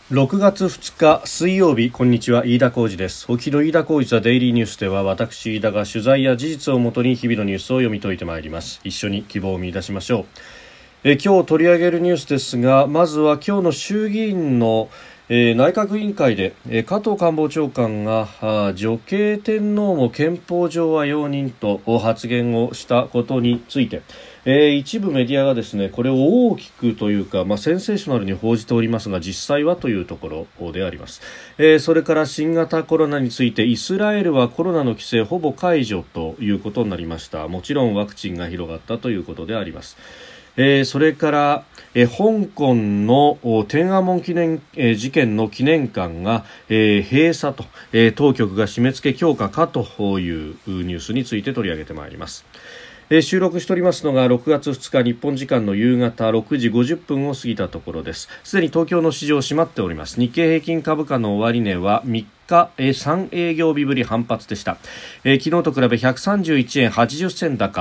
6月2日水曜日、こんにちは、飯田浩司です。お聞きの飯田浩司ザデイリーニュースでは、私飯田が取材や事実をもとに日々のニュースを読み解いてまいります。一緒に希望を見出しましょう。今日取り上げるニュースですが、まずは今日の衆議院の内閣委員会で、加藤官房長官が女系天皇も憲法上は容認と発言をしたことについて、一部メディアがですね、これを大きくというか、センセーショナルに報じておりますが、実際はというところであります。それから新型コロナについて、イスラエルはコロナの規制ほぼ解除ということになりました。もちろんワクチンが広がったということであります。それから、香港の天安門記念、事件の記念館が、閉鎖と、当局が締め付け強化かというニュースについて取り上げてまいります。収録しておりますのが6月2日日本時間の夕方6時50分を過ぎたところです。すでに東京の市場閉まっております。日経平均株価の終値は3日3営業日ぶり反発でした。昨日と比べ131円80銭高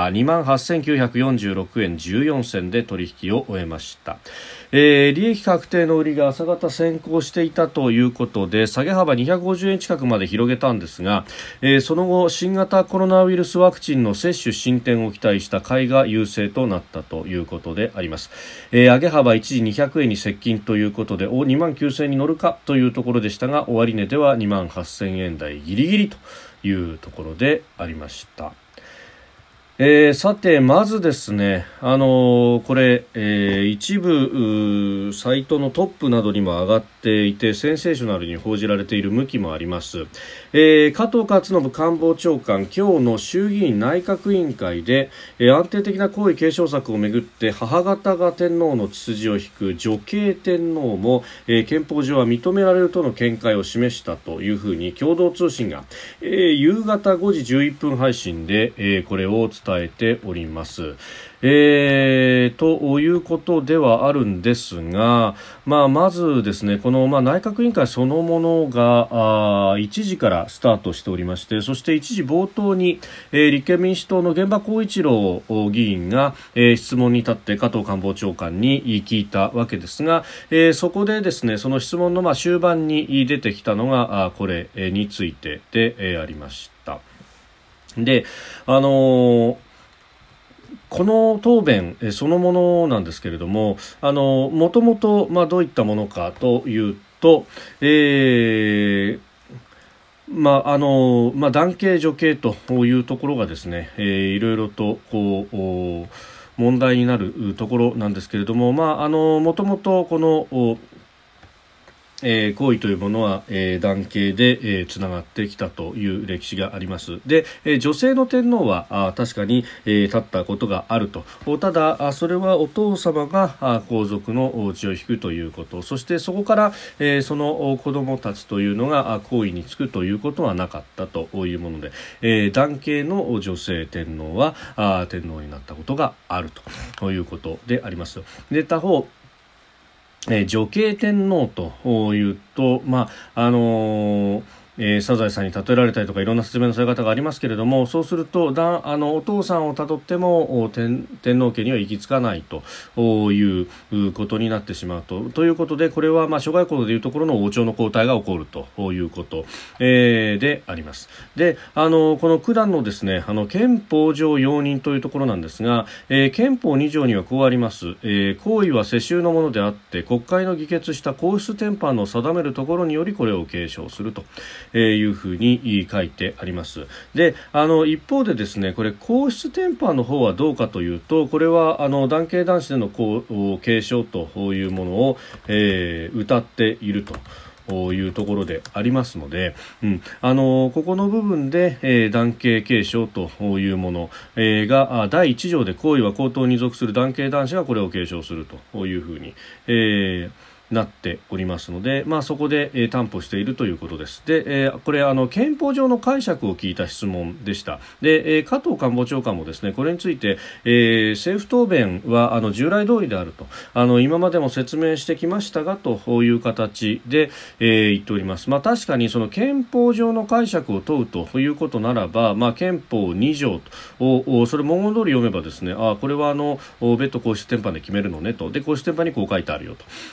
28,946 円14銭で取引を終えました。利益確定の売りが朝方先行していたということで、下げ幅250円近くまで広げたんですが、その後新型コロナウイルスワクチンの接種進展を期待した買いが優勢となったということであります。上げ幅一時200円に接近ということで、29,000円に乗るかというところでしたが、終値では28,000円台ギリギリというところでありました。さてまずですね、これ、一部サイトのトップなどにも上がっていてセンセーショナルに報じられている向きもあります。加藤勝信官房長官、今日の衆議院内閣委員会で、安定的な皇位継承策をめぐって母方が天皇の血筋を引く女系天皇も、憲法上は認められるとの見解を示したというふうに共同通信が、夕方5時11分配信で、これを伝えております。ということではあるんですが、まずですね、この、内閣委員会そのものが1時からスタートしておりまして、そして1時冒頭に、立憲民主党の玄葉光一郎議員が、質問に立って加藤官房長官に聞いたわけですが、そこでですね、その質問の終盤に出てきたのがこれについてで、ありました。で、この答弁そのものなんですけれども、もともとどういったものかというと、男系女系というところがですね、いろいろと問題になるところなんですけれども、もともとこの皇位というものは、男系で、つながってきたという歴史があります。で、女性の天皇は確かに、立ったことがあると。ただそれはお父様が皇族の血を引くということ、そしてそこから、その子供たちというのが皇位につくということはなかったというもので、男系の女性天皇は天皇になったことがあるということであります。で、他方女系天皇というと、サザエさんに例えられたりとかいろんな説明のされ方がありますけれども、そうするとお父さんをたどっても天皇家には行き着かないということになってしまうということで、これは諸外国でいうところの王朝の交代が起こるということ、であります。で、この九段のですね、憲法上容認というところなんですが、憲法2条にはこうあります。皇位は世襲のものであって国会の議決した皇室典範の定めるところによりこれを継承するというふうに書いてあります。で、一方でですね、これ皇室典範の方はどうかというと、これは男系男子での継承というものを、謳っているというところでありますので、ここの部分で、男系継承というもの、が第1条で皇位は皇統に属する男系男子がこれを継承するというふうに、なっておりますので、そこで、担保しているということです。で、これ憲法上の解釈を聞いた質問でした。で、加藤官房長官もですね、これについて、政府答弁は従来通りであると、今までも説明してきましたがという形で、言っております。確かにその憲法上の解釈を問うということならば、憲法2条をそれ文言通り読めばですね、これは別途皇室典範で決めるのねと、で皇室典範にこう書いてあるよという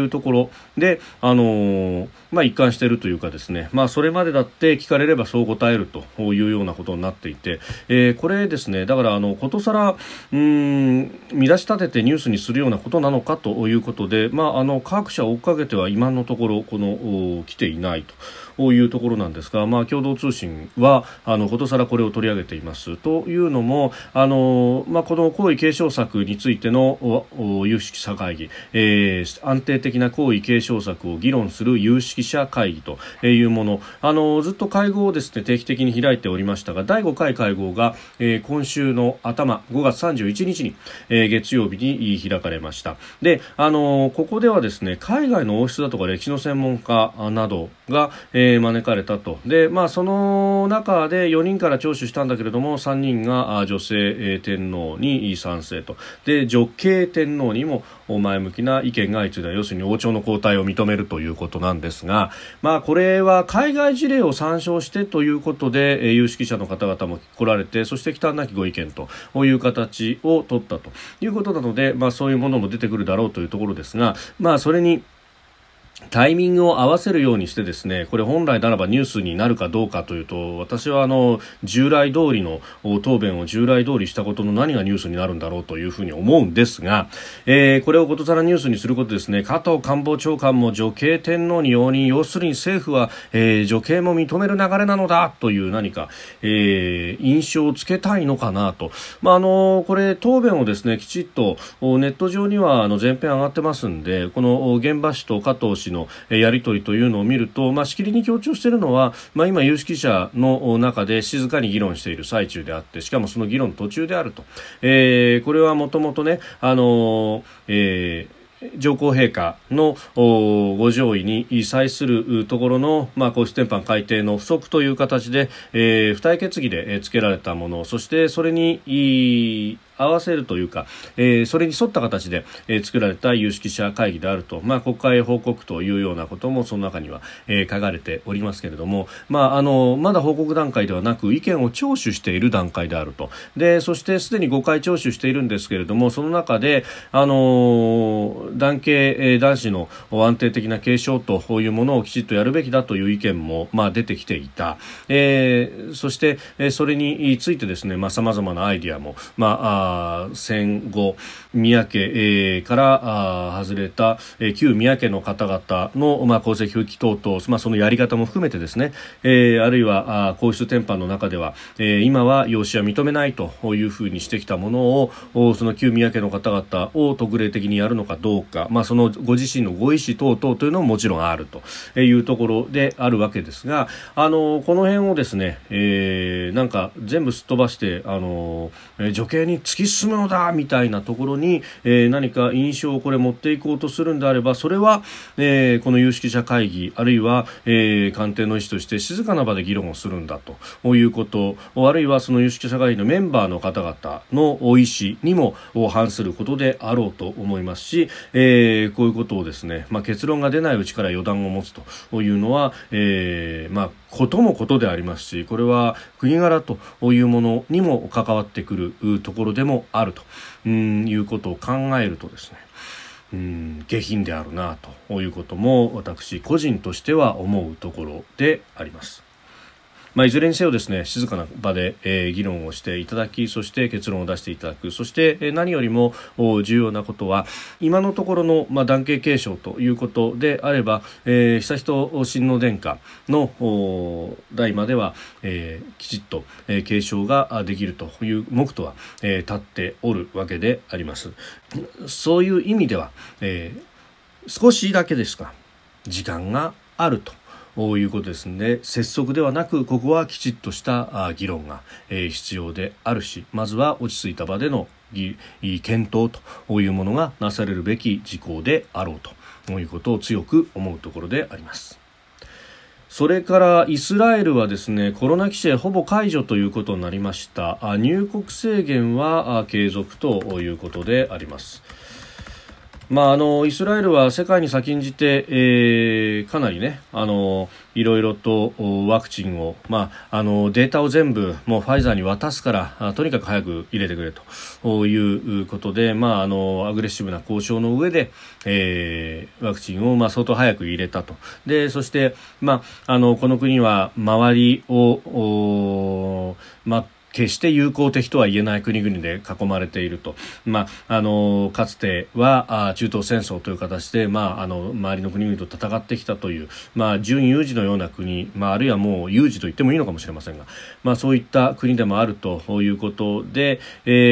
いうところで、一貫しているというかですね、それまでだって聞かれればそう答えるというようなことになっていて、これですね、だからことさら見出し立ててニュースにするようなことなのかということで、各社追っかけては今のところ来ていないというところなんですが、共同通信はことさらこれを取り上げていますというのも、この皇位継承策についての有識者会議、安定的な皇位継承策を議論する有識者会議というもの、ずっと会合をですね定期的に開いておりましたが、第5回会合が、今週の頭5月31日に、月曜日に開かれました。で、ここではですね海外の王室だとか歴史の専門家などが、招かれたと。で、その中で4人から聴取したんだけれども、3人が女性天皇に賛成と。で、女系天皇にも前向きな意見が相次いだ。要するに王朝の交代を認めるということなんですが、これは海外事例を参照してということで、有識者の方々も来られて、そして忌憚なきご意見という形を取ったということなので、そういうものも出てくるだろうというところですが、それにタイミングを合わせるようにしてですね、これ本来ならばニュースになるかどうかというと、私は従来通りの答弁を従来通りしたことの何がニュースになるんだろうというふうに思うんですが、これをことさらニュースにすることですね、加藤官房長官も女系天皇に容認、要するに政府は、女系も認める流れなのだという何か、印象をつけたいのかなと。これ答弁をですねきちっとネット上には全編上がってますんで、この現場氏と加藤氏のやり取りというのを見ると、しきりに強調しているのは、今有識者の中で静かに議論している最中であって、しかもその議論途中であると。これはもともとね、上皇陛下のご上位に際するところの、皇室典範改定の不足という形で、付帯決議で付けられたもの、そしてそれに合わせるというか、それに沿った形で、作られた有識者会議であると、国会へ報告というようなこともその中には、書かれておりますけれども、まだ報告段階ではなく意見を聴取している段階であると。で、そしてすでに5回聴取しているんですけれども、その中で男系、男子の安定的な継承というものをきちっとやるべきだという意見も、出てきていた。そして、それについてですね、様々なアイディアも、戦後宮家、から外れた、旧宮家の方々の、功績復帰等々、そのやり方も含めてですね、あるいは皇室典範の中では、今は養子は認めないというふうにしてきたものをその旧宮家の方々を特例的にやるのかどうか、そのご自身のご意思等々というのももちろんあるというところであるわけですが、この辺をですね、なんか全部すっ飛ばして女系に突き進むのだみたいなところに、何か印象をこれ持っていこうとするんであれば、それは、この有識者会議あるいは、官邸の意思として静かな場で議論をするんだということ、あるいはその有識者会議のメンバーの方々の意思にも反することであろうと思いますし、こういうことをですね、結論が出ないうちから予断を持つというのは、こともことでありますし、これは国柄というものにも関わってくるところでもあるということを考えるとですね、下品であるなということも私個人としては思うところであります。いずれにせよですね、静かな場で、議論をしていただき、そして結論を出していただく、そして、何よりも重要なことは今のところの、男系継承ということであれば、悠仁親王殿下の代までは、きちっと、継承ができるという目途は、立っておるわけであります。そういう意味では、少しだけですが時間があるということですので、拙速ではなくここはきちっとした議論が必要であるし、まずは落ち着いた場での検討というものがなされるべき事項であろうということを強く思うところであります。それからイスラエルはですね、コロナ規制ほぼ解除ということになりました。入国制限は継続ということであります。 イスラエルは世界に先んじて、かなりね、いろいろとワクチンを、データを全部もうファイザーに渡すからとにかく早く入れてくれということで、アグレッシブな交渉の上で、ワクチンを相当早く入れたと。で、そして、この国は周りを、決して友好的とは言えない国々で囲まれていると。かつては中東戦争という形で、周りの国々と戦ってきたという、準有事のような国、あるいはもう有事と言ってもいいのかもしれませんが、そういった国でもあるということで、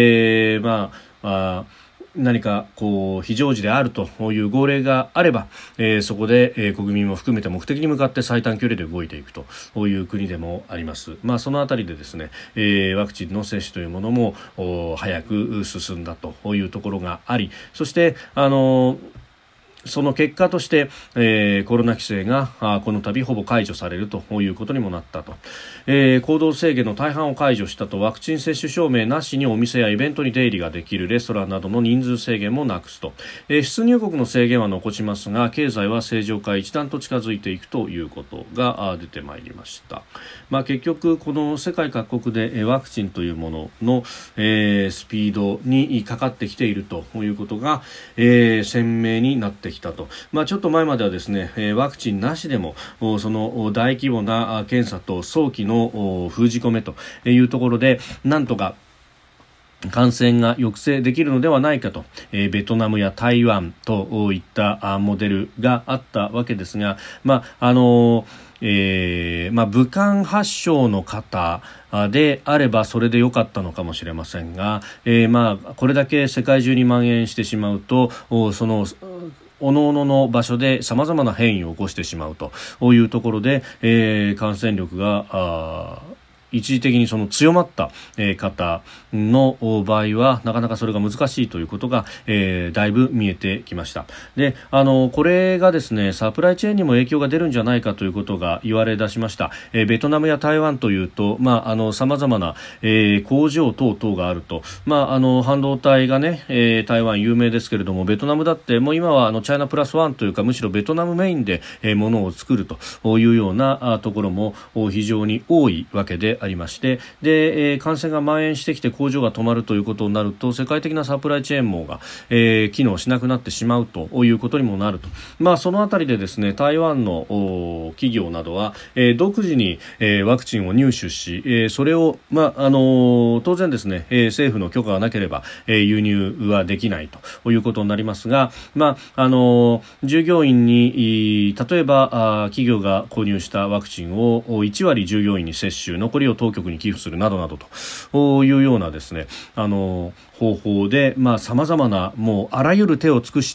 何か非常時であるという号令があれば、そこで、国民も含めて目的に向かって最短距離で動いていくという国でもあります。そのあたりでですね、ワクチンの接種というものも早く進んだというところがあり、そしてその結果として、コロナ規制がこの度ほぼ解除されるということにもなったと。行動制限の大半を解除したと。ワクチン接種証明なしにお店やイベントに出入りができる。レストランなどの人数制限もなくすと。出入国の制限は残しますが、経済は正常化一段と近づいていくということが出てまいりました。結局この世界各国でワクチンというものの、スピードにかかってきているということが、鮮明になってきたと。ちょっと前まではですね、ワクチンなしでもその大規模な検査と早期の封じ込めというところでなんとか感染が抑制できるのではないかと、ベトナムや台湾といったモデルがあったわけですが、武漢発症の方であればそれで良かったのかもしれませんが、これだけ世界中に蔓延してしまうとその各々の場所で様々な変異を起こしてしまうというところで、感染力が一時的にその強まった、方の場合はなかなかそれが難しいということが、だいぶ見えてきました。で、これがですねサプライチェーンにも影響が出るんじゃないかということが言われ出しました。ベトナムや台湾というと様々な、工場等々があると、半導体がね、台湾有名ですけれども、ベトナムだってもう今はチャイナプラスワンというかむしろベトナムメインで、物を作るというようなところも非常に多いわけでありまして、で、感染が蔓延してきて工場が止まるということになると世界的なサプライチェーン網が、機能しなくなってしまうということにもなると。そのあたりでですね台湾の企業などは、独自に、ワクチンを入手し、それを、当然ですね、政府の許可がなければ、輸入はできないということになりますが、従業員に例えば企業が購入したワクチンを1割従業員に接種、残りを当局に寄付するなどなどというようなですね方法で様々なもうあらゆる手を尽くして、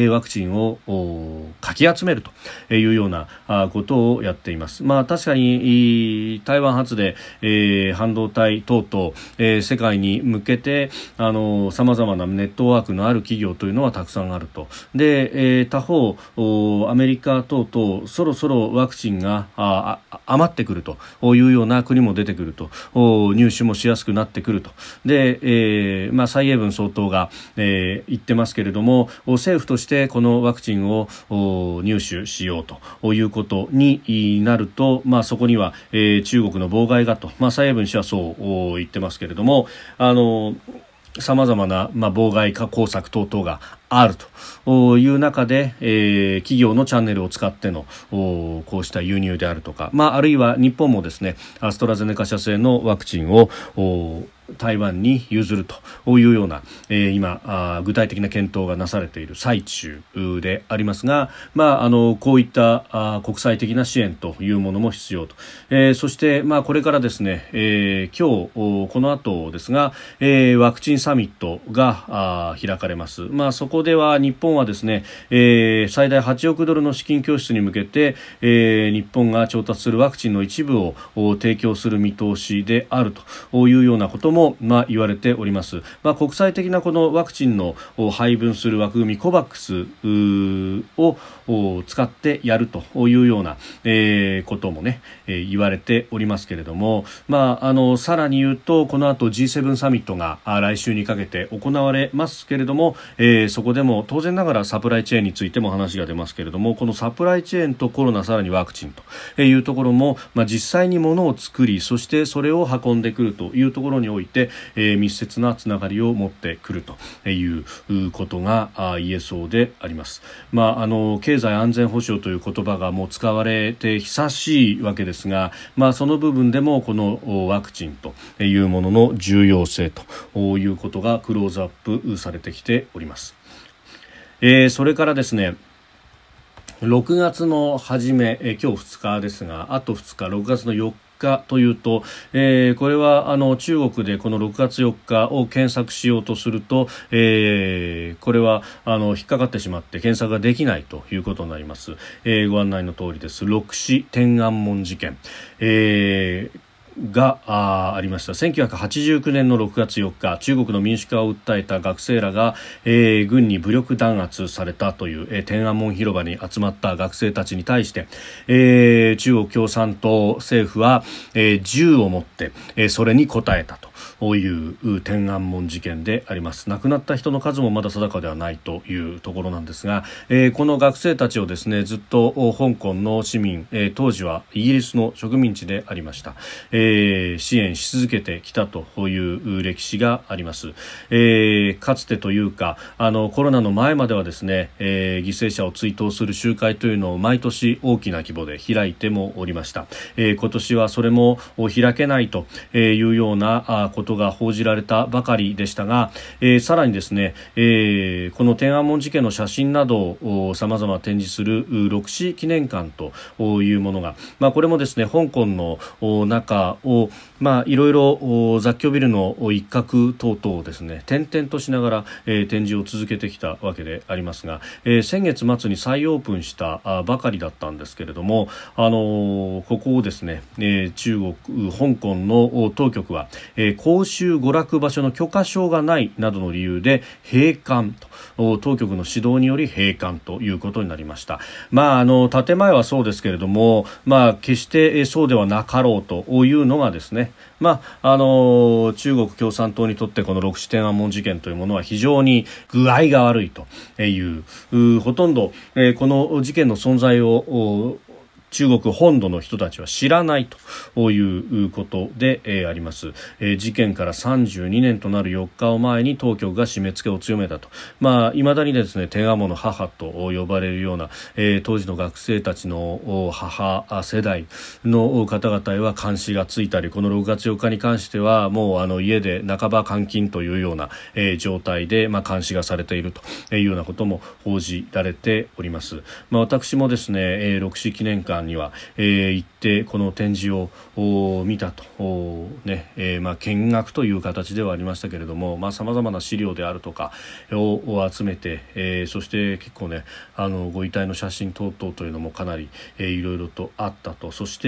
ワクチンをかき集めるというようなことをやっています。確かに台湾発で、半導体等々、世界に向けて様々なネットワークのある企業というのはたくさんあると。で、他方アメリカ等々そろそろワクチンが余ってくるというような国も出てくると、入手もしやすくなってくると。で、蔡英文総統が、言ってますけれども、政府としてこのワクチンを入手しようということになると、そこには、中国の妨害がと、蔡英文氏はそう言ってますけれども、様々な、妨害か工作等々があるという中で、企業のチャンネルを使ってのこうした輸入であるとか、あるいは日本もですねアストラゼネカ社製のワクチンを台湾に譲るというような、今具体的な検討がなされている最中でありますが、こういった国際的な支援というものも必要と。そして、これからですね、今日この後ですが、ワクチンサミットが開かれます。そこでは日本はですね、最大8億ドルの資金拠出に向けて、日本が調達するワクチンの一部を提供する見通しであるというようなことも言われております。国際的なこのワクチンの配分する枠組みコバックスを使ってやるというような、こともね、言われておりますけれども、さらに言うとこの後 G7 サミットが来週にかけて行われますけれども、そここでも当然ながらサプライチェーンについても話が出ますけれども、このサプライチェーンとコロナ、さらにワクチンというところも、実際に物を作り、そしてそれを運んでくるというところにおいて、密接なつながりを持ってくるということが言えそうであります。経済安全保障という言葉がもう使われて久しいわけですが、その部分でもこのワクチンというものの重要性ということがクローズアップされてきております。それからですね、6月の初め、今日2日ですが、あと2日、6月の4日というと、これは中国でこの6月4日を検索しようとすると、これは引っかかってしまって検索ができないということになります。ご案内の通りです。六四天安門事件、がありました。1989年の6月4日、中国の民主化を訴えた学生らが、軍に武力弾圧されたという、天安門広場に集まった学生たちに対して、中国共産党政府は、銃を持って、それに応えたという天安門事件であります。亡くなった人の数もまだ定かではないというところなんですが、この学生たちをですね、ずっと香港の市民、当時はイギリスの植民地でありました、支援し続けてきたという歴史があります。かつてというかコロナの前まではですね、犠牲者を追悼する集会というのを毎年大きな規模で開いてもおりました。今年はそれも開けないというようなことが報じられたばかりでしたが、さらにですね、この天安門事件の写真などを様々展示する六四記念館というものが、これもですね、香港の中をいろいろ雑居ビルの一角等々をですね、点々としながら、展示を続けてきたわけでありますが、先月末に再オープンしたばかりだったんですけれども、ここをですね、中国香港の当局は、公衆娯楽場所の許可証がないなどの理由で閉館と、当局の指導により閉館ということになりました。建前はそうですけれども、決してそうではなかろうというのがですね、中国共産党にとってこの六四天安門事件というものは非常に具合が悪いという、ほとんど、この事件の存在を中国本土の人たちは知らないということで、あります。事件から32年となる4日を前に当局が締め付けを強めたと。未だにですね、天安門の母と呼ばれるような、当時の学生たちの母世代の方々へは監視がついたり、この6月4日に関してはもう家で半ば監禁というような、状態で、監視がされているというようなことも報じられております。私もですね、六四記念館には、行ってこの展示を見たと、見学という形ではありましたけれども、様々な資料であるとかを集めて、そして結構ね、ご遺体の写真等々というのもかなり、いろいろとあったと。そして、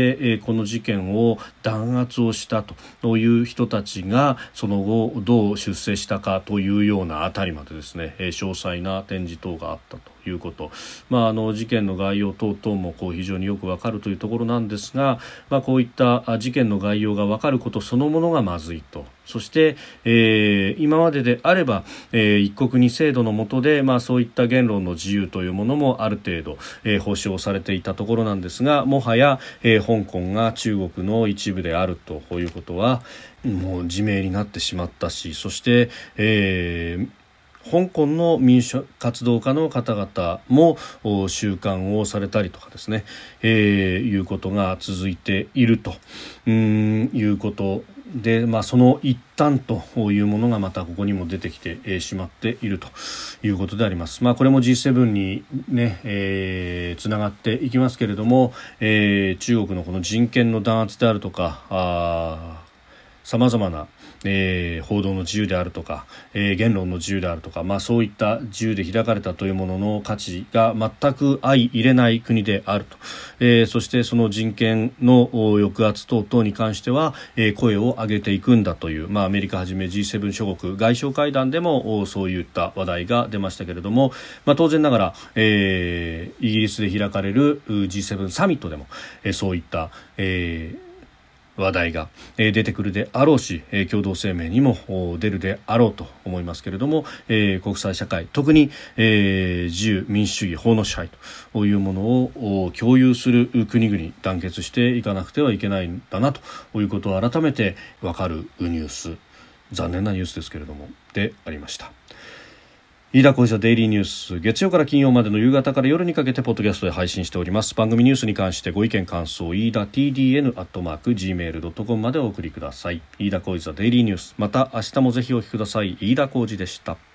この事件を弾圧をしたという人たちがその後どう出世したかというようなあたりまでですね、詳細な展示等があったということ、事件の概要等々も非常によくわかるというところなんですが、こういった事件の概要がわかることそのものがまずいと。そして、今までであれば、一国二制度の下で、そういった言論の自由というものもある程度、保障されていたところなんですが、もはや、香港が中国の一部であるということはもう自明になってしまったし、そして、香港の民主活動家の方々も収監をされたりとかですね、いうことが続いているということで、その一端というものがまたここにも出てきてしまっているということであります。これも G7 にね、つながっていきますけれども、中国のこの人権の弾圧であるとか、様々な報道の自由であるとか、言論の自由であるとか、そういった自由で開かれたというものの価値が全く相入れない国であると、そしてその人権の抑圧等々に関しては、声を上げていくんだという、アメリカはじめ G7 諸国外相会談でもそういった話題が出ましたけれども、当然ながら、イギリスで開かれる G7 サミットでも、そういった、 話題が出てくるであろうし、共同声明にも出るであろうと思いますけれども、国際社会、特に自由民主主義法の支配というものを共有する国々、団結していかなくてはいけないんだなということを改めて分かるニュース、残念なニュースですけれどもでありました。飯田浩司のデイリーニュース、月曜から金曜までの夕方から夜にかけてポッドキャストで配信しております。番組ニュースに関してご意見感想、飯田 TDN@gmail.com までお送りください。飯田浩司のデイリーニュース、また明日もぜひお聞きください。飯田浩司でした。